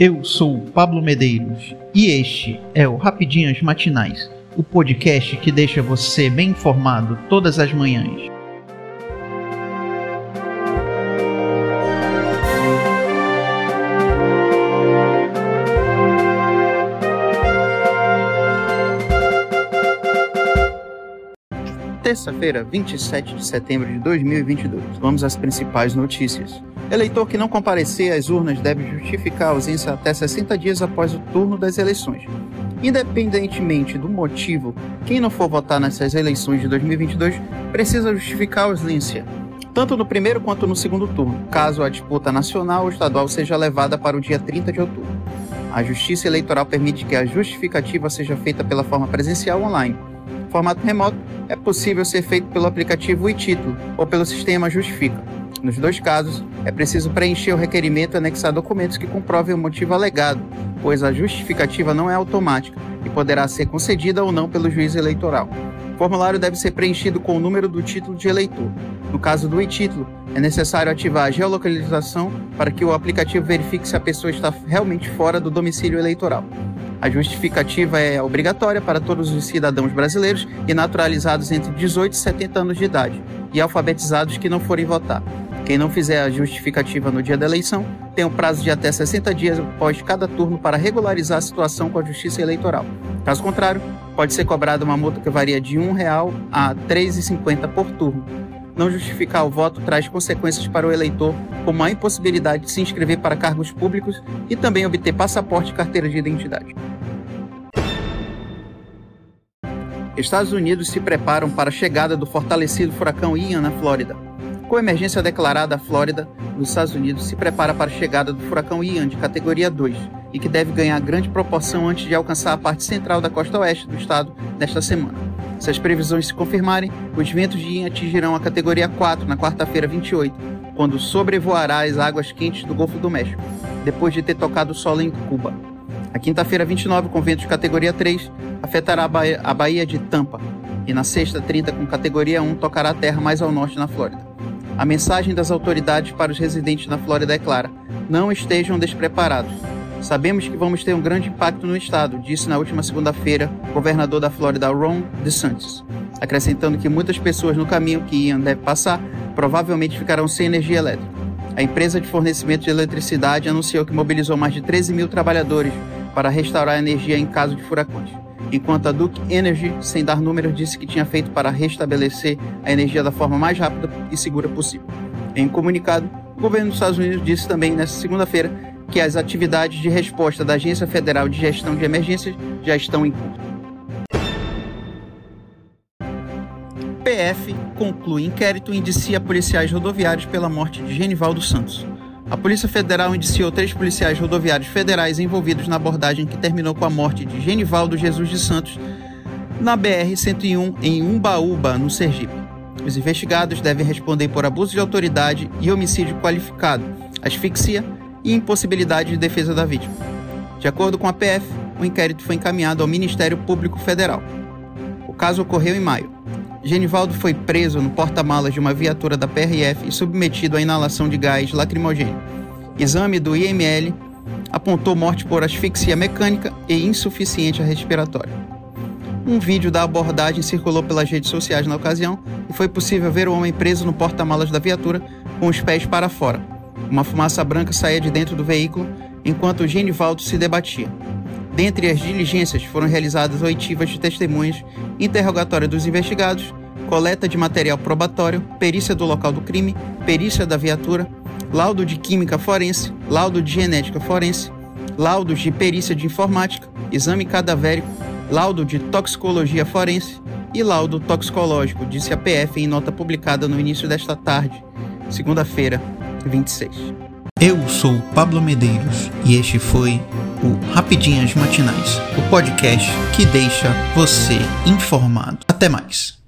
Eu sou o Pablo Medeiros e este é o Rapidinhas Matinais, o podcast que deixa você bem informado todas as manhãs. Terça-feira, 27 de setembro de 2022. Vamos às principais notícias. Eleitor que não comparecer às urnas deve justificar a ausência até 60 dias após o turno das eleições. Independentemente do motivo, quem não for votar nessas eleições de 2022 precisa justificar a ausência, tanto no primeiro quanto no segundo turno, caso a disputa nacional ou estadual seja levada para o dia 30 de outubro. A Justiça Eleitoral permite que a justificativa seja feita pela forma presencial ou online. Formato remoto é possível ser feito pelo aplicativo e-Título ou pelo sistema Justifica. Nos dois casos, é preciso preencher o requerimento e anexar documentos que comprovem o motivo alegado, pois a justificativa não é automática e poderá ser concedida ou não pelo juiz eleitoral. O formulário deve ser preenchido com o número do título de eleitor. No caso do e-Título, é necessário ativar a geolocalização para que o aplicativo verifique se a pessoa está realmente fora do domicílio eleitoral. A justificativa é obrigatória para todos os cidadãos brasileiros e naturalizados entre 18 e 70 anos de idade e alfabetizados que não forem votar. Quem não fizer a justificativa no dia da eleição tem um prazo de até 60 dias após cada turno para regularizar a situação com a Justiça Eleitoral. Caso contrário, pode ser cobrada uma multa que varia de R$ 1 a R$ 3,50 por turno. Não justificar o voto traz consequências para o eleitor, como a impossibilidade de se inscrever para cargos públicos e também obter passaporte e carteira de identidade. Estados Unidos se preparam para a chegada do fortalecido furacão Ian na Flórida. Com emergência declarada, a Flórida, nos Estados Unidos, se prepara para a chegada do furacão Ian de categoria 2 e que deve ganhar grande proporção antes de alcançar a parte central da costa oeste do estado nesta semana. Se as previsões se confirmarem, os ventos de Ian atingirão a categoria 4 na quarta-feira 28, quando sobrevoará as águas quentes do Golfo do México, depois de ter tocado o solo em Cuba. Na quinta-feira 29, com ventos de categoria 3, afetará a Baía de Tampa, e na sexta 30, com categoria 1, tocará a terra mais ao norte na Flórida. A mensagem das autoridades para os residentes na Flórida é clara: não estejam despreparados. Sabemos que vamos ter um grande impacto no estado, disse na última segunda-feira o governador da Flórida, Ron DeSantis, acrescentando que muitas pessoas no caminho que Ian deve passar provavelmente ficarão sem energia elétrica. A empresa de fornecimento de eletricidade anunciou que mobilizou mais de 13 mil trabalhadores para restaurar a energia em caso de furacões, enquanto a Duke Energy, sem dar números, disse que tinha feito para restabelecer a energia da forma mais rápida e segura possível. Em um comunicado, o governo dos Estados Unidos disse também nesta segunda-feira que as atividades de resposta da Agência Federal de Gestão de Emergências já estão em curso. PF conclui inquérito e indicia policiais rodoviários pela morte de Genivaldo Santos. A Polícia Federal indiciou 3 policiais rodoviários federais envolvidos na abordagem que terminou com a morte de Genivaldo Jesus de Santos na BR-101 em Umbaúba, no Sergipe. Os investigados devem responder por abuso de autoridade e homicídio qualificado, asfixia e impossibilidade de defesa da vítima. De acordo com a PF, o inquérito foi encaminhado ao Ministério Público Federal. O caso ocorreu em maio. Genivaldo foi preso no porta-malas de uma viatura da PRF e submetido à inalação de gás lacrimogêneo. Exame do IML apontou morte por asfixia mecânica e insuficiência respiratória. Um vídeo da abordagem circulou pelas redes sociais na ocasião e foi possível ver o homem preso no porta-malas da viatura com os pés para fora. Uma fumaça branca saía de dentro do veículo enquanto Genivaldo se debatia. Dentre as diligências foram realizadas oitivas de testemunhas, interrogatório dos investigados, coleta de material probatório, perícia do local do crime, perícia da viatura, laudo de química forense, laudo de genética forense, laudos de perícia de informática, exame cadavérico, laudo de toxicologia forense e laudo toxicológico, disse a PF em nota publicada no início desta tarde, segunda-feira, 26. Eu sou Pablo Medeiros e este foi o Rapidinhas Matinais, o podcast que deixa você informado. Até mais.